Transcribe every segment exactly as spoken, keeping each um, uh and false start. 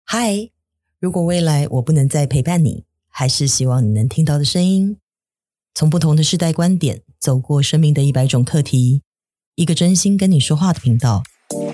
嗨，如果未来我不能再陪伴你，还是希望你能听到的声音。从不同的世代观点，走过生命的一百种课题，一个真心跟你说话的频道。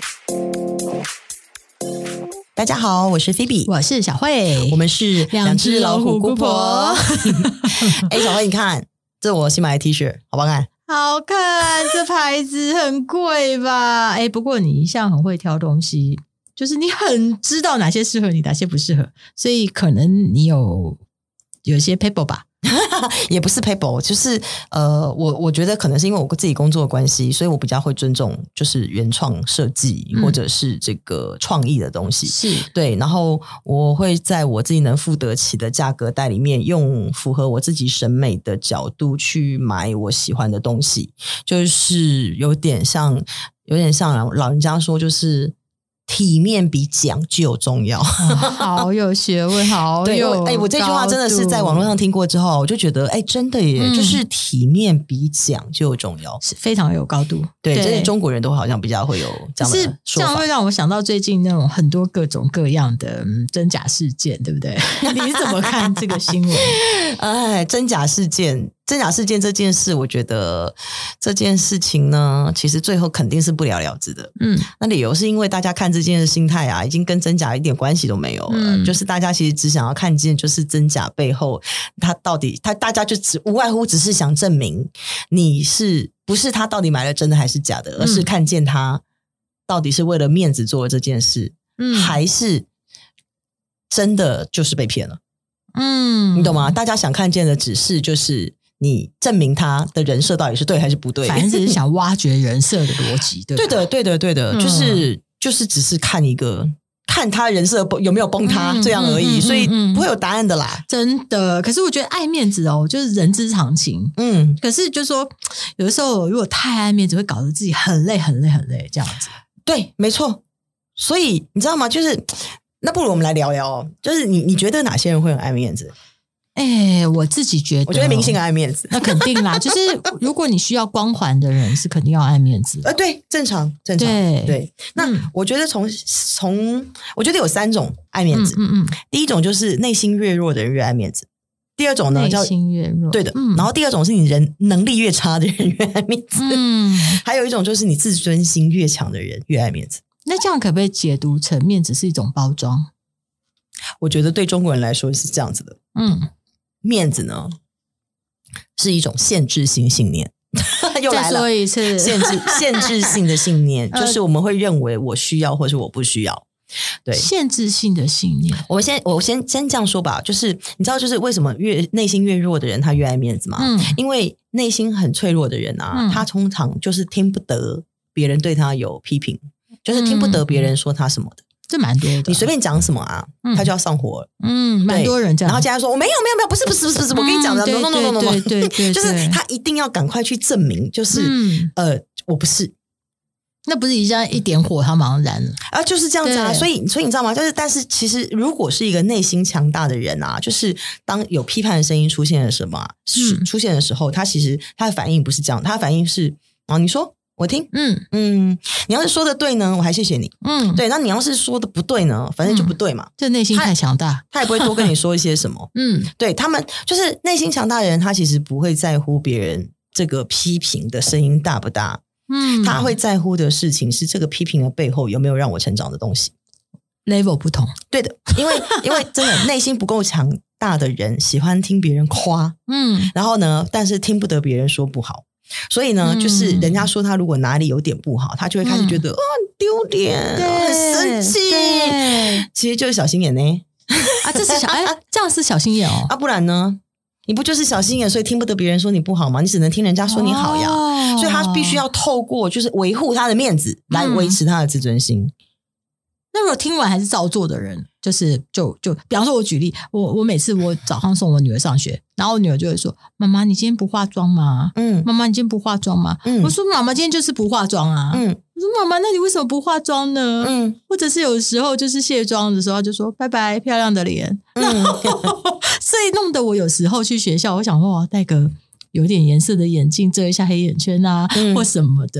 大家好，我是菲比， 我是小慧， 我们是两只老虎姑婆。 哎，小慧，你看，这是我新买的 T 恤，好不好看？ 好看，这牌子很贵吧？哎，不过你一向很会挑东西，就是你很知道哪些适合你，哪些不适合，所以可能你有有一些 paper 吧。 也不是 paper， 就是呃，我我觉得可能是因为我自己工作的关系，所以我比较会尊重就是原创设计、嗯、或者是这个创意的东西， 是对。然后我会在我自己能付得起的价格带里面，用符合我自己审美的角度去买我喜欢的东西，就是有点像有点像老人家说，就是体面比讲究重要。哦、 好有学问，好有哎、欸，我这句话真的是在网络上听过之后，我就觉得哎、欸，真的耶、嗯，就是体面比讲究重要， 是非常有高度。 对，这是中国人都好像比较会有这样的说法。 这样会让我想到最近那种很多各种各样的、嗯、真假事件，对不对？你怎么看这个新闻？ 哎，真假事件。真假事件这件事，我觉得这件事情呢，其实最后肯定是不了了之的。嗯，那理由是因为大家看这件事心态啊，已经跟真假一点关系都没有了。嗯、就是大家其实只想要看见，就是真假背后，他到底他大家就只无外乎只是想证明你是不是他到底买了真的还是假的，而是看见他到底是为了面子做的这件事，嗯，还是真的就是被骗了。嗯，你懂吗？大家想看见的只是就是你证明他的人设到底是对还是不对， 反正只是想挖掘人设的逻辑，对吧？ 对的，对的，对的，嗯、就是就是只是看一个看他人设有没有崩塌、嗯、这样而已、嗯，所以不会有答案的啦。 真的，可是我觉得爱面子哦，就是人之常情。嗯，可是就是说有的时候如果太爱面子，会搞得自己很累、很累、很累这样子。 对，没错。所以你知道吗？就是那不如我们来聊聊哦，就是你你觉得哪些人会很爱面子？ 哎，我自己觉得， 我觉得明星爱面子， 那肯定啦。就是如果你需要光环的人，是肯定要爱面子的。 呃，对，正常，正常，对。对那、嗯、我觉得从从，我觉得有三种爱面子。嗯 嗯, 嗯，第一种就是内心越弱的人越爱面子。第二种呢， 内心越弱， 对的、嗯。然后第二种是你人能力越差的人越爱面子。嗯，还有一种就是你自尊心越强的人越爱面子。 那这样可不可以解读成面子是一种包装？ 我觉得对中国人来说是这样子的。嗯。面子呢是一种限制性信念。又来了，再说一次， 限制限制性的信念就是我们会认为我需要或是我不需要。对， 限制性的信念。 我先我先先这样说吧，就是你知道就是为什么越内心越弱的人他越爱面子吗？嗯，因为内心很脆弱的人啊、嗯、他通常就是听不得别人对他有批评，就是听不得别人说他什么的。 这蛮多的， 你随便讲什么啊、嗯，他就要上火了。 嗯，蛮多人这样。 然后家人说我没有没有没有，不是不是不是不是，我跟你讲的 ，no no no no no， 对对对， 就是他一定要赶快去证明，就是、嗯、呃，我不是。 那不是一下一点火，他马上燃了啊，就是这样子啊。所以所以你知道吗？就是但是其实如果是一个内心强大的人啊，就是当有批判的声音出现的时候、嗯、出现的时候，他其实他的反应不是这样，他的反应是啊，你说。我听，嗯嗯，你要是说的对呢，我还谢谢你，嗯，对，那你要是说的不对呢，反正就不对嘛。 这、嗯、内心太强大， 他, 他也不会多跟你说一些什么，嗯，对他们就是内心强大的人，他其实不会在乎别人这个批评的声音大不大，嗯，他会在乎的事情是这个批评的背后有没有让我成长的东西 ，level 不同， 对的，因为因为真的内心不够强大的人喜欢听别人夸，嗯，然后呢，但是听不得别人说不好。所以呢、嗯、就是人家说他如果哪里有点不好，他就会开始觉得、嗯、哦很丢脸，很生气，其实就是小心眼呢啊，这是小哎，这样是小心眼哦啊，不然呢你不就是小心眼，所以听不得别人说你不好吗？你只能听人家说你好呀、哦、所以他必须要透过就是维护他的面子来维持他的自尊心、嗯、 那如果听完还是照做的人，就是就就比方说我举例，我我每次我早上送我女儿上学，然后我女儿就会说妈妈你今天不化妆吗？嗯，妈妈你今天不化妆吗？嗯，我说妈妈今天就是不化妆啊。嗯，我说妈妈那你为什么不化妆呢？嗯，或者是有时候就是卸妆的时候就说拜拜漂亮的脸。嗯，所以弄得我有时候去学校我想说我要戴个有点颜色的眼镜遮一下黑眼圈啊、嗯、或什么的，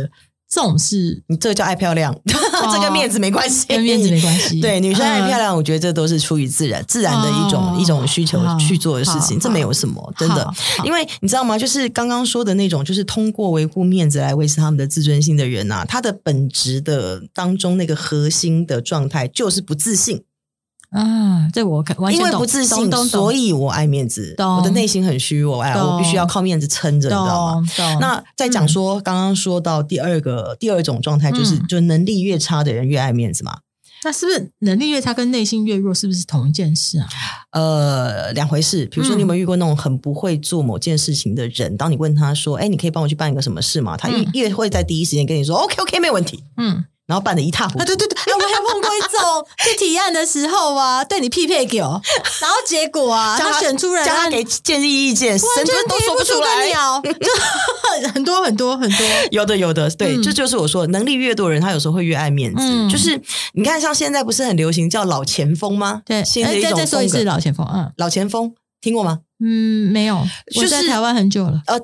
这种是你这个叫爱漂亮，哦、这跟面子没关系， 跟面子没关系。 对，女生爱漂亮，我觉得这都是出于自然、自然的一种、哦、一种需求去做的事情，这没有什么，真的。因为你知道吗？就是刚刚说的那种，就是通过维护面子来维持他们的自尊心的人啊，他的本质的当中那个核心的状态就是不自信。 啊，这我完全懂， 因为不自信，所以我爱面子，我的内心很虚弱，哎，我必须要靠面子撑着，你知道吗？那再讲说，刚刚说到第二个第二种状态，就是、嗯、就能力越差的人越爱面子嘛。 那是不是能力越差跟内心越弱是不是同一件事啊？ 呃，两回事。比如说，你有没有遇过那种很不会做某件事情的人？嗯、当你问他说：“哎，你可以帮我去办一个什么事吗？”他越、嗯、越会在第一时间跟你说 ：“OK OK， 没问题。”嗯。然后办得一塌糊涂。 啊，对对对，我还碰过一种去提案的时候啊，对你匹配给我，然后结果啊，他选出来， 叫他给建议意见，神尊都说不出来， 就很多很多很多， 有的有的，对，嗯、这就是我说，能力越多的人，他有时候会越爱面子。嗯、就是你看，像现在不是很流行叫老前锋吗？ 对， 新的一种风格。 再说一次老前锋，嗯， 老前锋听过吗？ 嗯，没有，我在台湾很久了。呃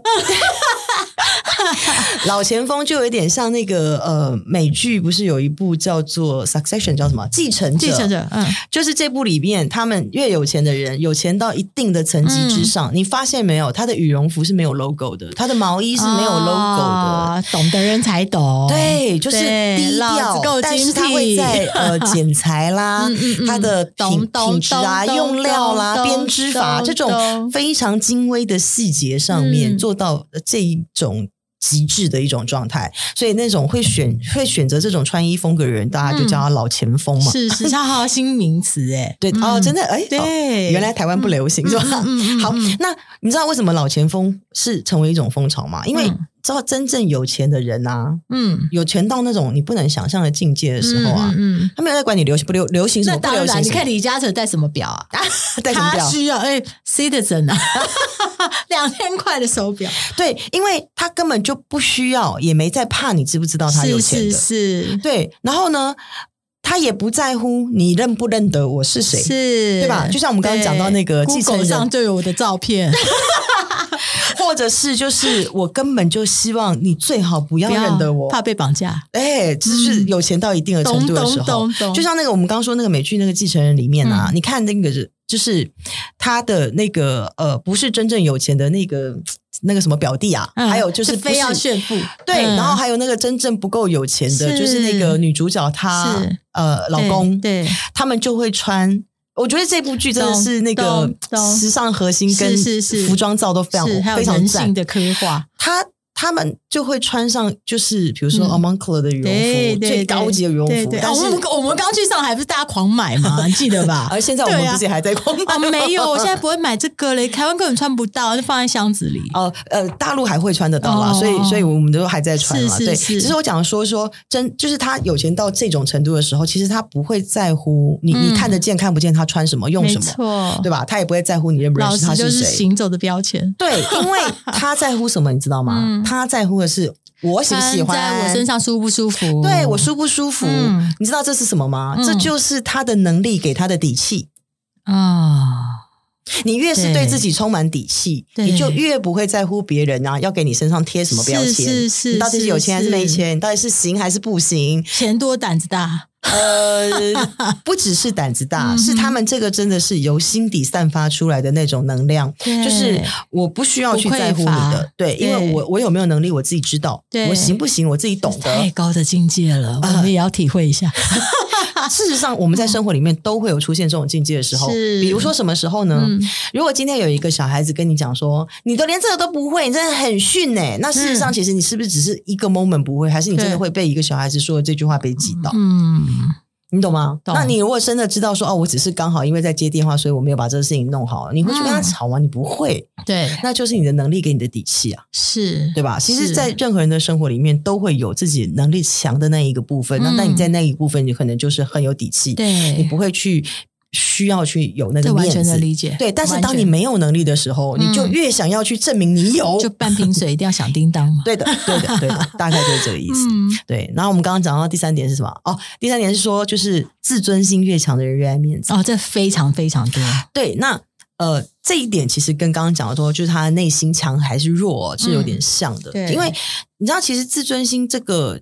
老前锋就有点像那个呃美剧，不是有一部叫做 Succession 叫什么继承者？ 继承者，嗯， 就是这部里面，他们越有钱的人，有钱到一定的层级之上，嗯、你发现没有？他的羽绒服是没有 logo 的，他的毛衣是没有 logo 的， 哦、懂的人才懂。 对，就是低调，但是他会在呃剪裁啦，嗯嗯嗯他的品品质啊、用料啦、编织法这种非常精微的细节上面、嗯、做到这一种。极致的一种状态，所以那种会选会选择这种穿衣风格的人，大家就叫他老前锋嘛。 是是，他新名词哎， 对、嗯、哦，真的哎，对、哦，原来台湾不流行、嗯、是吧？嗯嗯嗯、好，那你知道为什么老前锋是成为一种风潮吗？因为知道真正有钱的人啊，嗯，有钱到那种你不能想象的境界的时候啊，嗯，嗯他没有在管你流行不流流行什么不流行什么。 你看李嘉诚戴什么表啊？ 戴什么表？ 他需要哎 ，Citizen 啊，两千块的手表。 对，因为他根本就不需要，也没在怕你知不知道他有钱的， 是是是， 对，然后呢？他也不在乎你认不认得我是谁， 是， 对吧？就像我们刚刚讲到那个继承人 Google 上就有我的照片， 或者是就是我根本就希望你最好不要认得我， 怕被绑架。 哎，就是有钱到一定的程度的时候，嗯、就像那个我们刚刚说那个美剧那个继承人里面啊，嗯、你看那个就是他的那个呃，不是真正有钱的那个。那个什么表弟啊，嗯、还有就是不是非要炫富， 对、嗯，然后还有那个真正不够有钱的，是就是那个女主角她呃老公， 对，对他们就会穿。我觉得这部剧真的是那个时尚核心跟服装造都非常非常人性的刻画， 他。他们就会穿上，就是比如说 Moncler 的羽绒服，嗯、最高级的羽绒服。 对对对但是、 啊、我们我们刚去上海不是大家狂买吗？你记得吧？ 而现在我们不是也还在狂买、 啊哦？没有，我现在不会买这个嘞，台湾根本穿不到，就放在箱子里。 哦，呃，大陆还会穿得到啦，哦、所以所以我们都还在穿嘛。 是是对， 是只是我讲说说真，就是他有钱到这种程度的时候，其实他不会在乎你、嗯、你看得见看不见他穿什么用什么， 没错， 对吧？他也不会在乎你认不认识他是谁， 老师就是行走的标签。 对，因为他在乎什么，你知道吗？嗯、他在乎的是。我喜不喜欢在我身上舒不舒服？ 对我舒不舒服？嗯、你知道这是什么吗？嗯、这就是他的能力给他的底气啊！哦、你越是对自己充满底气，你就越不会在乎别人啊，要给你身上贴什么标签？ 是是是， 你到底是有钱还是没钱？你到底是行还是不行？ 钱多胆子大。 呃，不只是胆子大，嗯、是他们这个真的是由心底散发出来的那种能量，就是我不需要去在乎你的，对，因为我我有没有能力我自己知道，我行不行我自己懂得， 太高的境界了，我们也要体会一下。 事实上，我们在生活里面都会有出现这种境界的时候，比如说什么时候呢？嗯、如果今天有一个小孩子跟你讲说，你都连这个都不会，你真的很逊哎，那事实上，其实你是不是只是一个 moment 不会，还是你真的会被一个小孩子说的这句话被击倒？嗯。你懂吗？懂。那你如果真的知道说哦，我只是刚好因为在接电话，所以我没有把这个事情弄好，你会去跟他吵吗？嗯、你不会。 对， 那就是你的能力给你的底气啊， 是对吧？其实，在任何人的生活里面，都会有自己能力强的那一个部分。嗯、那那你在那一部分，你可能就是很有底气， 对， 你不会去。需要去有那个面子， 完全的理解。 对，但是当你没有能力的时候，你就越想要去证明你有， 就半瓶水一定要响叮当嘛。 对的，对的，对的，大概就是这个意思。嗯、对，然后我们刚刚讲到第三点是什么？哦，第三点是说，就是自尊心越强的人越爱面子。 哦，这非常非常多。 对，那呃，这一点其实跟刚刚讲的说，就是他内心强还是弱是有点像的。 嗯、对， 因为你知道，其实自尊心这个。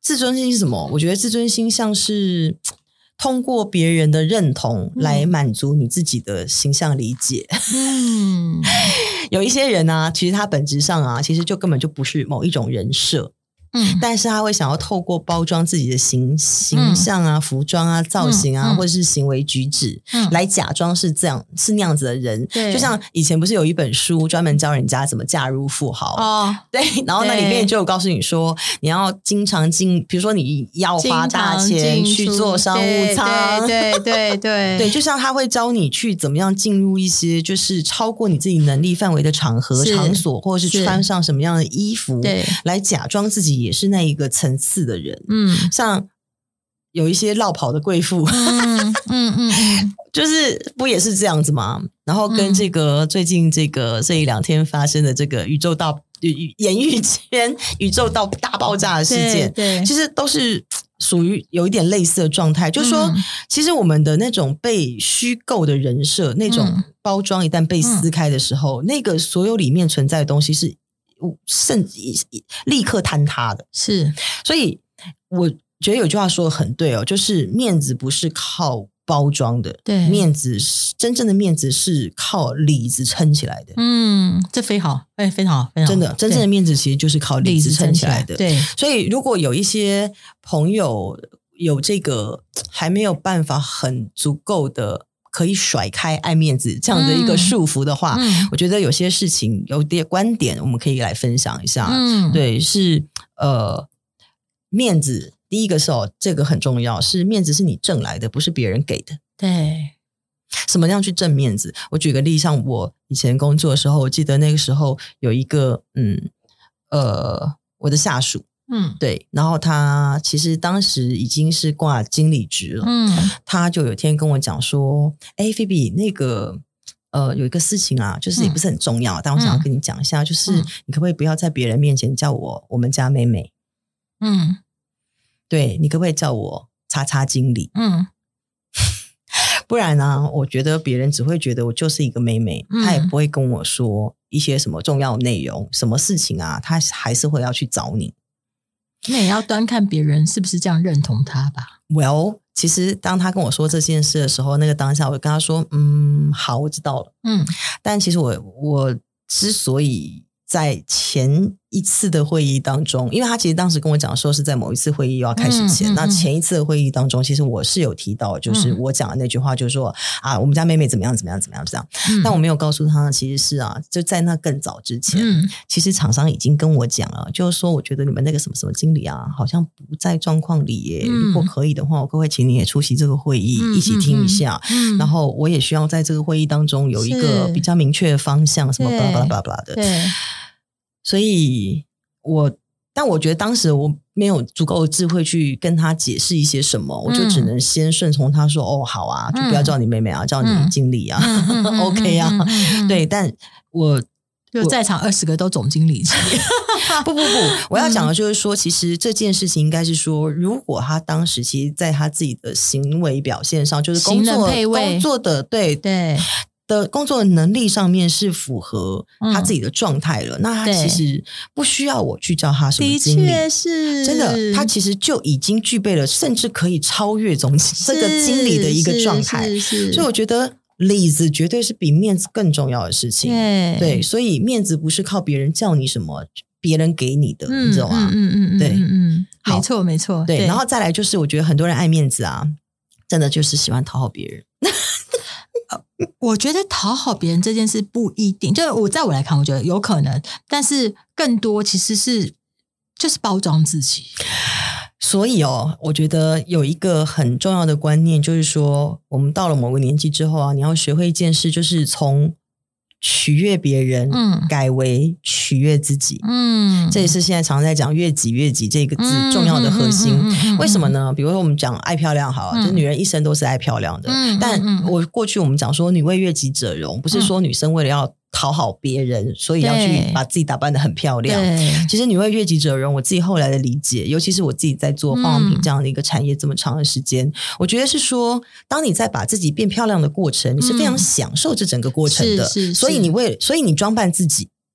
自尊心是什么？我觉得自尊心像是通过别人的认同来满足你自己的形象理解。嗯，有一些人啊，其实他本质上啊，其实就根本就不是某一种人设。嗯，但是他会想要透过包装自己的形形象啊、嗯、服装啊、造型啊、嗯、或者是行为举止、嗯、来假装是这样是那样子的人。对，就像以前不是有一本书专门教人家怎么嫁入富豪哦，对，然后那里面就有告诉你说你要经常进，比如说你要花大钱去做商务舱， 对对对对对，就像他会教你去怎么样进入一些就是超过你自己能力范围的场合场所，或者是穿上什么样的衣服，对，来假装自己也是那一个层次的人。嗯，像有一些落跑的贵妇，嗯嗯嗯嗯，就是不也是这样子吗？然后跟这个、嗯、最近这个这一两天发生的这个宇宙大演艺圈宇宙到大爆炸的事件，对，对，其实都是属于有一点类似的状态。就是说、嗯、其实我们的那种被虚构的人设，那种包装一旦被撕开的时候、嗯、那个所有里面存在的东西是甚至立刻坍塌的。 是， 所以我觉得有句话说的很对哦，就是面子不是靠包装的，对，面子是真正的面子是靠里子撑起来的。 嗯，这非好，哎，非常好，非常好， 真的，真正的面子其实就是靠里子撑起来的。 对， 所以如果有一些朋友有这个还没有办法很足够的可以甩开爱面子这样的一个束缚的话、嗯、我觉得有些事情有点观点我们可以来分享一下。嗯，对，是呃，面子第一个是哦，这个很重要，是面子是你挣来的，不是别人给的。 对， 什么样去挣面子？我举个例，像我以前工作的时候，我记得那个时候有一个嗯呃我的下属。嗯，对，然后他其实当时已经是挂经理职了，嗯，他就有一天跟我讲说，哎，菲比，那个呃有一个事情啊，就是也不是很重要、嗯、但我想要跟你讲一下，就是你可不可以不要在别人面前叫我我们家妹妹，嗯，对，你可不可以叫我叉叉经理，嗯，不然呢、啊、我觉得别人只会觉得我就是一个妹妹、嗯、他也不会跟我说一些什么重要内容，什么事情啊他还是会要去找你。 那也要端看别人是不是这样认同他吧。 Well， 其实当他跟我说这件事的时候，那个当下我跟他说嗯，好，我知道了。嗯，但其实我我之所以在前一次的会议当中，因为他其实当时跟我讲说是在某一次会议要开始前、嗯嗯嗯、那前一次的会议当中，其实我是有提到就是我讲的那句话，就是说、嗯、啊我们家妹妹怎么样怎么样怎么样这样、嗯、但我没有告诉他其实是啊就在那更早之前、嗯、其实厂商已经跟我讲了，就是说我觉得你们那个什么什么经理啊好像不在状况里耶、嗯、如果可以的话我可不可以请你也出席这个会议、嗯、一起听一下、嗯、然后我也需要在这个会议当中有一个比较明确的方向什么巴拉巴拉巴拉巴拉的。对，所以我但我觉得当时我没有足够的智慧去跟他解释一些什么、嗯、我就只能先顺从他说哦好啊，就不要叫你妹妹啊、嗯、叫你经理啊、嗯、OK 啊、嗯嗯、对，但我就在场二十个都总经理不不不，我要讲的就是说、嗯、其实这件事情应该是说如果他当时其实在他自己的行为表现上就是工作工作的对对的工作的能力上面是符合他自己的状态了、嗯、那他其实不需要我去叫他什么经理， 的确是真的，他其实就已经具备了甚至可以超越总这个经理的一个状态，是是是，所以我觉得里子绝对是比面子更重要的事情。 对, 对，所以面子不是靠别人叫你什么别人给你的、嗯、你知道吗？ 嗯嗯嗯， 对， 嗯嗯，没错没错， 对, 对，然后再来就是我觉得很多人爱面子啊真的就是喜欢讨好别人我觉得讨好别人这件事不一定，就是我在我来看我觉得有可能，但是更多其实是就是包装自己。 所以哦，我觉得有一个很重要的观念就是说我们到了某个年纪之后啊，你要学会一件事，就是从取悦别人、嗯、改为取悦自己。嗯，这也是现在常常在讲悦己悦己这个字重要的核心、嗯嗯嗯嗯嗯、为什么呢？比如说我们讲爱漂亮好了、嗯、就是女人一生都是爱漂亮的、嗯、但我过去我们讲说女为悦己者容，不是说女生为了要讨好别人所以要去把自己打扮得很漂亮。其实女为悦己者容，我自己后来的理解，尤其是我自己在做化妆品这样的一个产业这么长的时间、嗯、我觉得是说当你在把自己变漂亮的过程、嗯、你是非常享受这整个过程的，是是是，所以你为所以你装扮自己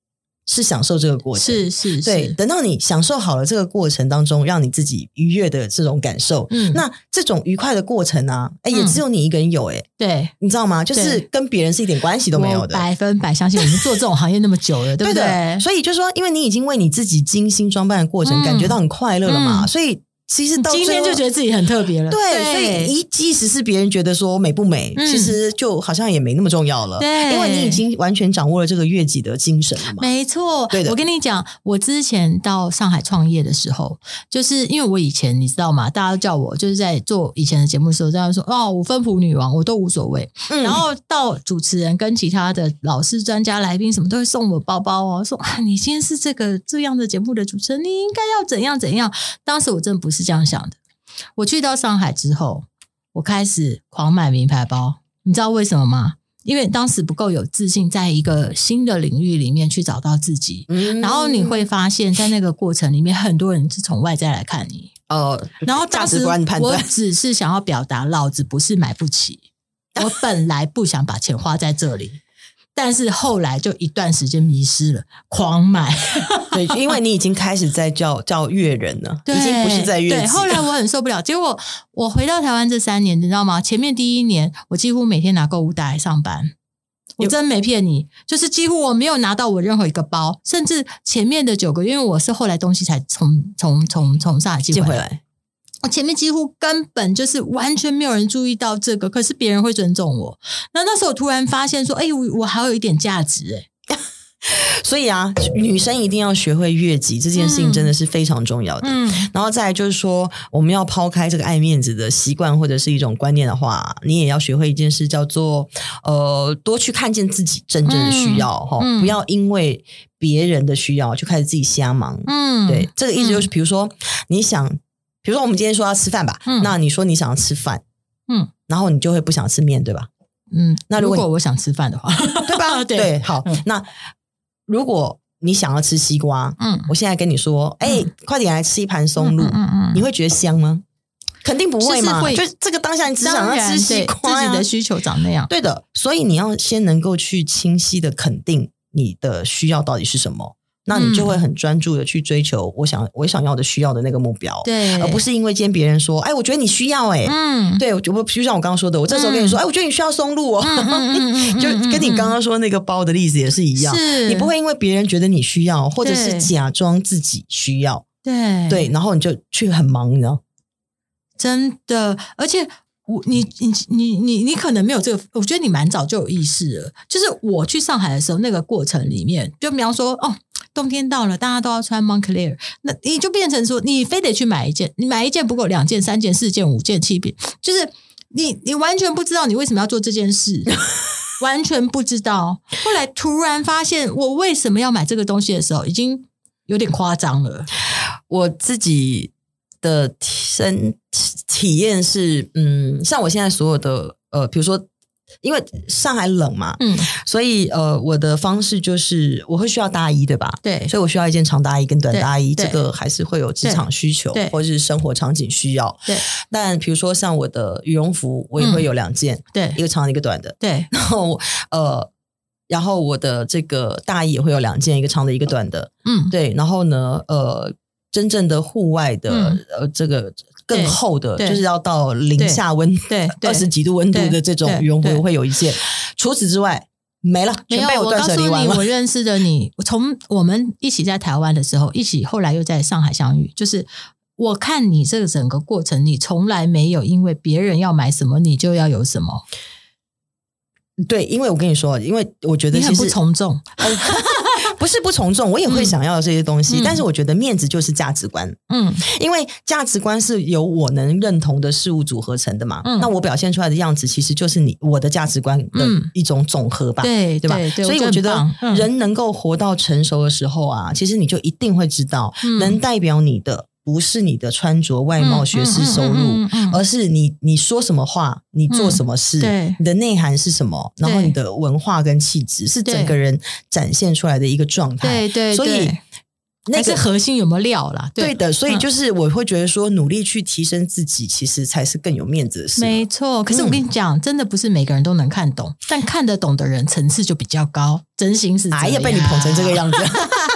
是享受这个过程， 是是是， 对，等到你享受好了这个过程当中，让你自己愉悦的这种感受，嗯，那这种愉快的过程啊，哎，也只有你一个人有，哎，对，你知道吗？就是跟别人是一点关系都没有的， 百分百相信我们做这种行业那么久了，对不对？ 对的，所以就说，因为你已经为你自己精心装扮的过程、嗯、感觉到很快乐了嘛，嗯、所以。其实到今天就觉得自己很特别了， 对，对，所以一即使是别人觉得说美不美、嗯、其实就好像也没那么重要了，对，因为你已经完全掌握了这个悦己的精神了嘛。 没错，对的。我跟你讲，我之前到上海创业的时候，就是因为我以前你知道吗，大家都叫我就是在做以前的节目的时候这样说哦，五分谱女王我都无所谓、嗯、然后到主持人跟其他的老师专家来宾什么都会送我包包哦，说、啊、你今天是这个这样的节目的主持人，你应该要怎样怎样。当时我真的不是是这样想的。我去到上海之后，我开始狂买名牌包，你知道为什么吗？因为当时不够有自信，在一个新的领域里面去找到自己、嗯、然后你会发现在那个过程里面很多人是从外在来看你、呃、然后当时我只是想要表达老子不是买不起，我本来不想把钱花在这里但是后来就一段时间迷失了，狂买。 对，因为你已经开始在叫叫悦人了，已经不是在悦己。 对，后来我很受不了，结果我回到台湾这三年，你知道吗？前面第一年我几乎每天拿购物袋来上班，我真没骗你，就是几乎我没有拿到我任何一个包，甚至前面的九个月，因为我是后来东西才从从从从上海寄回来。我前面几乎根本就是完全没有人注意到这个，可是别人会尊重我。那那时候我突然发现说，哎、欸，我我还有一点价值哎、欸。 所以啊，女生一定要学会悦己，这件事情真的是非常重要的。嗯，然后再来就是说，我们要抛开这个爱面子的习惯或者是一种观念的话，你也要学会一件事，叫做呃，多去看见自己真正的需要哈、嗯，不要因为别人的需要就开始自己瞎忙。嗯，对，这个意思就是，比如说你想。比如说我们今天说要吃饭吧、嗯、那你说你想要吃饭，嗯，然后你就会不想吃面对吧？ 嗯，那如果, 如果我想吃饭的话对吧？对, 对好、嗯、那如果你想要吃西瓜，嗯，我现在跟你说哎、欸嗯，快点来吃一盘松露、嗯嗯嗯、你会觉得香吗？肯定不会嘛，会就这个当下你只想要吃西瓜、啊、 自己的需求长那样， 对的，所以你要先能够去清晰的肯定你的需要到底是什么，那你就会很专注的去追求我想我想要的需要的那个目标，对，而不是因为今天别人说哎我觉得你需要哎、欸嗯、对，我就像我刚刚说的，我这时候跟你说、嗯、哎我觉得你需要松露哦、嗯嗯嗯、就跟你刚刚说那个包的例子也是一样，是你不会因为别人觉得你需要或者是假装自己需要，对对，然后你就去很忙，你知道， 真的，而且我你你你你你可能没有这个，我觉得你蛮早就有意识了。就是我去上海的时候，那个过程里面，就比方说，哦，冬天到了，大家都要穿 Moncler， 那你就变成说，你非得去买一件，你买一件不够，两件、三件、四件、五件、七件，就是你你完全不知道你为什么要做这件事，完全不知道。后来突然发现，我为什么要买这个东西的时候，已经有点夸张了。 我自己的身体验是，嗯，像我现在所有的呃，比如说，因为上海冷嘛，嗯，所以呃，我的方式就是我会需要大衣，对吧？对，所以我需要一件长大衣跟短大衣，这个还是会有职场需求或者是生活场景需要。对，但比如说像我的羽绒服，我也会有两件，对、嗯，一个长的，一个短的，对，然后呃。然后我的这个大衣也会有两件，一个长的，一个短的，嗯，对。然后呢，呃，真正的户外的，嗯、呃，这个更厚的，就是要到零下温，对，二十几度温度的这种羽绒服会有一件。除此之外，没了，全被我断舍离完了。 我告诉你，我认识的你，从我们一起在台湾的时候，一起后来又在上海相遇，就是我看你这个整个过程，你从来没有因为别人要买什么，你就要有什么。 对，因为我跟你说，因为我觉得其实你很不从众， 不是不从众，我也会想要这些东西、嗯、但是我觉得面子就是价值观，嗯，因为价值观是由我能认同的事物组合成的嘛，嗯，那我表现出来的样子其实就是你我的价值观的一种总和吧，嗯、对对吧？对对，所以我觉得人能够活到成熟的时候啊，嗯、其实你就一定会知道，嗯、能代表你的不是你的穿着、外貌、学识、收入，嗯嗯嗯嗯、而是你你说什么话，你做什么事，嗯、你的内涵是什么，然后你的文化跟气质是整个人展现出来的一个状态。对对对，所以那个核心有没有料啦？ 对, 对的，所以就是我会觉得说，努力去提升自己，其实才是更有面子的事。 没错，可是我跟你讲，嗯、真的不是每个人都能看懂，但看得懂的人层次就比较高，真心是这样。 哎呀，被你捧成这个样子。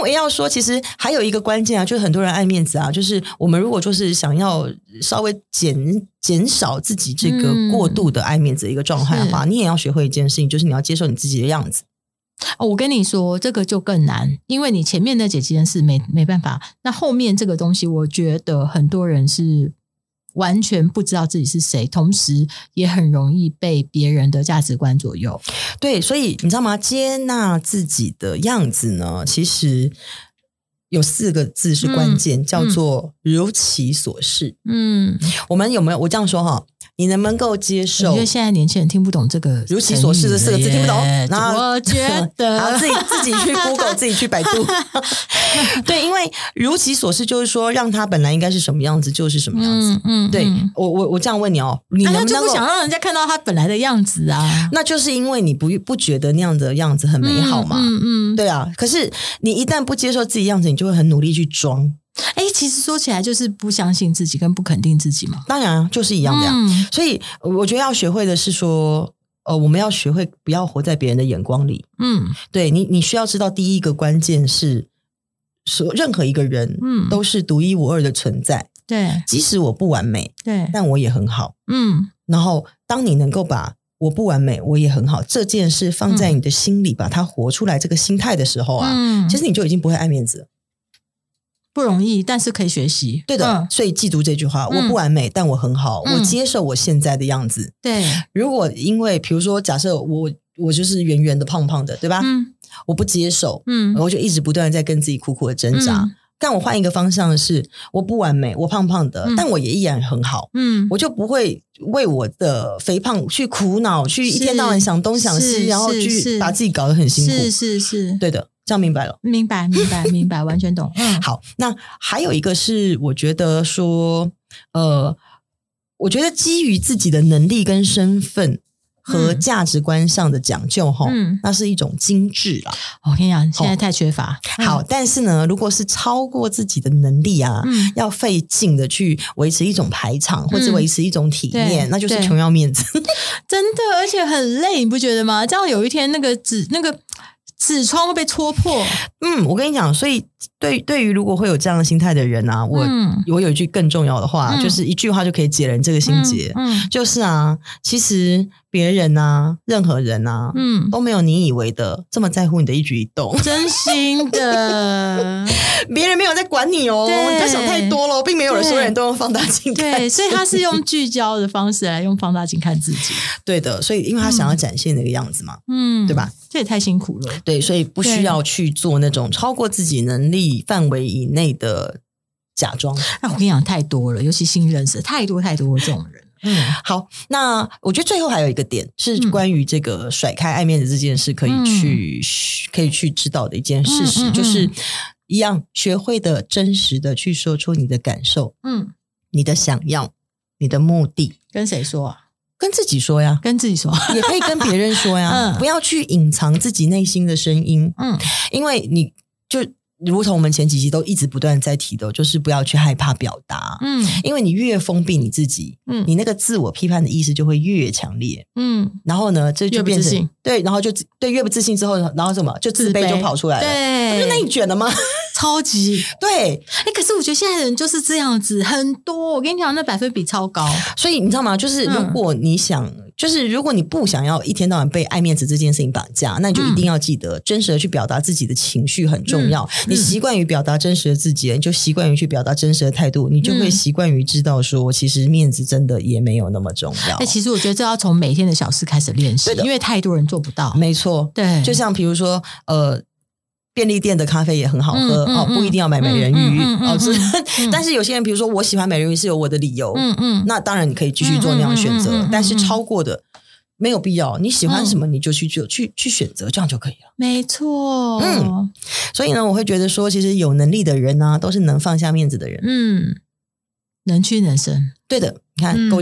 我也要说，其实还有一个关键啊，就是很多人爱面子啊，就是我们如果就是想要稍微减减少自己这个过度的爱面子的一个状态的话，嗯、你也要学会一件事情，就是你要接受你自己的样子。 哦，我跟你说，这个就更难，因为你前面那几件事没没办法，那后面这个东西，我觉得很多人是完全不知道自己是谁，同时也很容易被别人的价值观左右。 对，所以你知道吗？接纳自己的样子呢，其实有四个字是关键，嗯、叫做如其所是。嗯，我们有没有？我这样说哈。你能不能够接受？ 我觉得现在年轻人听不懂这个如其所是这四个字，听不懂。然后我觉得， 然后自己自己去 Google， 自己去百度。对，因为如其所是就是说，让他本来应该是什么样子，就是什么样子。嗯，嗯对我我我这样问你哦，你能不能就不想让人家看到他本来的样子啊？ 那就是因为你不不觉得那样的样子很美好嘛？嗯 嗯, 嗯，对啊。可是你一旦不接受自己样子，你就会很努力去装。 哎，其实说起来就是不相信自己跟不肯定自己嘛。 当然就是一样的呀、嗯、所以我觉得要学会的是说呃，我们要学会不要活在别人的眼光里。嗯，对，你你需要知道第一个关键是说任何一个人都是独一无二的存在。对、嗯，即使我不完美，对，但我也很好。嗯，然后当你能够把我不完美我也很好这件事放在你的心里、嗯、把它活出来这个心态的时候啊、嗯、其实你就已经不会爱面子了。 不容易，但是可以学习。 对的、嗯、所以记住这句话、嗯、我不完美但我很好、嗯、我接受我现在的样子。对，如果因为比如说假设我我就是圆圆的胖胖的对吧、嗯、我不接受，嗯，我就一直不断的在跟自己苦苦的挣扎、嗯、但我换一个方向是我不完美我胖胖的、嗯、但我也依然很好，嗯，我就不会为我的肥胖去苦恼，去一天到晚想东想西，然后去把自己搞得很辛苦。 是是是， 对的，这样明白了？ 明白明白明白，完全懂。嗯， 好，那还有一个是我觉得说呃我觉得基于自己的能力跟身份和价值观上的讲究齁、嗯、那是一种精致啦。 我跟你讲现在太缺乏、 嗯、好，但是呢如果是超过自己的能力啊、嗯、要费劲的去维持一种排场、嗯、或者维持一种体面、嗯、那就是穷要面子。 真的，而且很累你不觉得吗？这样有一天那个纸那个纸窗会被戳破。 嗯，我跟你讲，所以对对于如果会有这样的心态的人啊，我、嗯、我有一句更重要的话、嗯、就是一句话就可以解人这个心结、嗯嗯、就是啊其实别人啊任何人啊、嗯、都没有你以为的这么在乎你的一举一动。 真心的。 别人没有在管你哦，你不要想太多了，并没有人所有人都用放大镜看。 对，所以他是用聚焦的方式来用放大镜看自己。 对的，所以因为他想要展现那个样子嘛，嗯，对吧？ 这也太辛苦了。 对，所以不需要去做那种超过自己能力范围以内的假装。 那我跟你讲太多了，尤其新认识太多太多这种人。 嗯，好，那我觉得最后还有一个点是关于这个甩开爱面子这件事可以去、嗯、可以去知道的一件事实、嗯嗯嗯、就是一样学会的真实的去说出你的感受，嗯，你的想要，你的目的。 跟谁说啊？ 跟自己说呀， 跟自己说也可以跟别人说呀、嗯、不要去隐藏自己内心的声音，嗯，因为你就如同我们前几集都一直不断在提的，就是不要去害怕表达，嗯，因为你越封闭你自己，嗯，你那个自我批判的意识就会越强烈，嗯，然后呢，这就变成对，然后就对越不自信之后，然后什么就自卑就跑出来了，对，不是内卷了吗？ 超级对， 哎，可是我觉得现在的人就是这样子，很多我跟你讲，那百分比超高。 所以你知道吗？就是如果你想，嗯、就是如果你不想要一天到晚被爱面子这件事情绑架，那你就一定要记得，嗯、真实的去表达自己的情绪很重要。嗯、你习惯于表达真实的自己，你就习惯于去表达真实的态度，你就会习惯于知道说，其实面子真的也没有那么重要。 哎，其实我觉得这要从每天的小事开始练习，因为太多人做不到。 没错，对，就像比如说，呃。便利店的咖啡也很好喝、嗯嗯、哦，不一定要买美人鱼、嗯嗯、哦，是、嗯，但是有些人比如说我喜欢美人鱼是有我的理由，嗯嗯，那当然你可以继续做那样的选择、嗯嗯嗯嗯嗯，但是超过的没有必要，你喜欢什么你就去就、嗯、去去选择，这样就可以了。 没错， 嗯，所以呢，我会觉得说，其实有能力的人呢、啊，都是能放下面子的人， 嗯，能屈能伸， 对的，你看、嗯、勾践。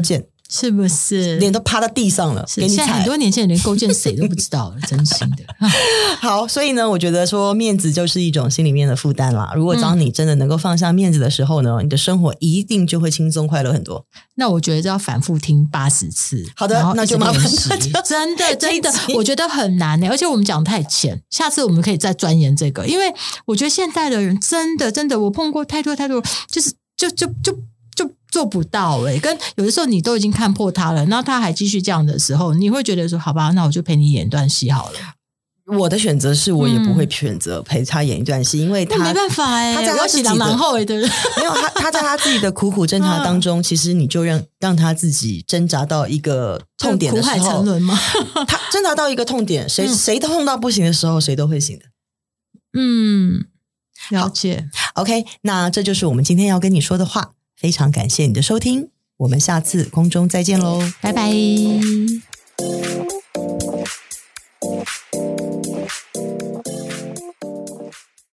是不是脸都趴在地上了？给你踩。 现在很多年轻人连勾践谁都不知道了，真心的。 好，所以呢，我觉得说面子就是一种心里面的负担啦。如果当你真的能够放下面子的时候呢，嗯、你的生活一定就会轻松快乐很多。 那我觉得要反复听八十次。 好的，那就麻烦大家。 真的真的，我觉得很难呢、欸，而且我们讲太浅，下次我们可以再钻研这个，因为我觉得现代的人真的真的，我碰过太多太多，就是就就就。就做不到欸，跟有的时候你都已经看破他了，然后他还继续这样的时候，你会觉得说好吧，那我就陪你演一段戏好了。 我的选择是我也不会选择陪他演一段戏、嗯、因为他没办法欸，他在他自己的蛮后的人没有他他在他自己的苦苦挣扎当中、嗯、其实你就让让他自己挣扎到一个痛点的时候， 苦海沉沦吗？ 他挣扎到一个痛点，谁、嗯、谁痛到不行的时候谁都会醒的。 嗯，了解。 OK， 那这就是我们今天要跟你说的话，非常感谢你的收听，我们下次空中再见喽， 拜拜。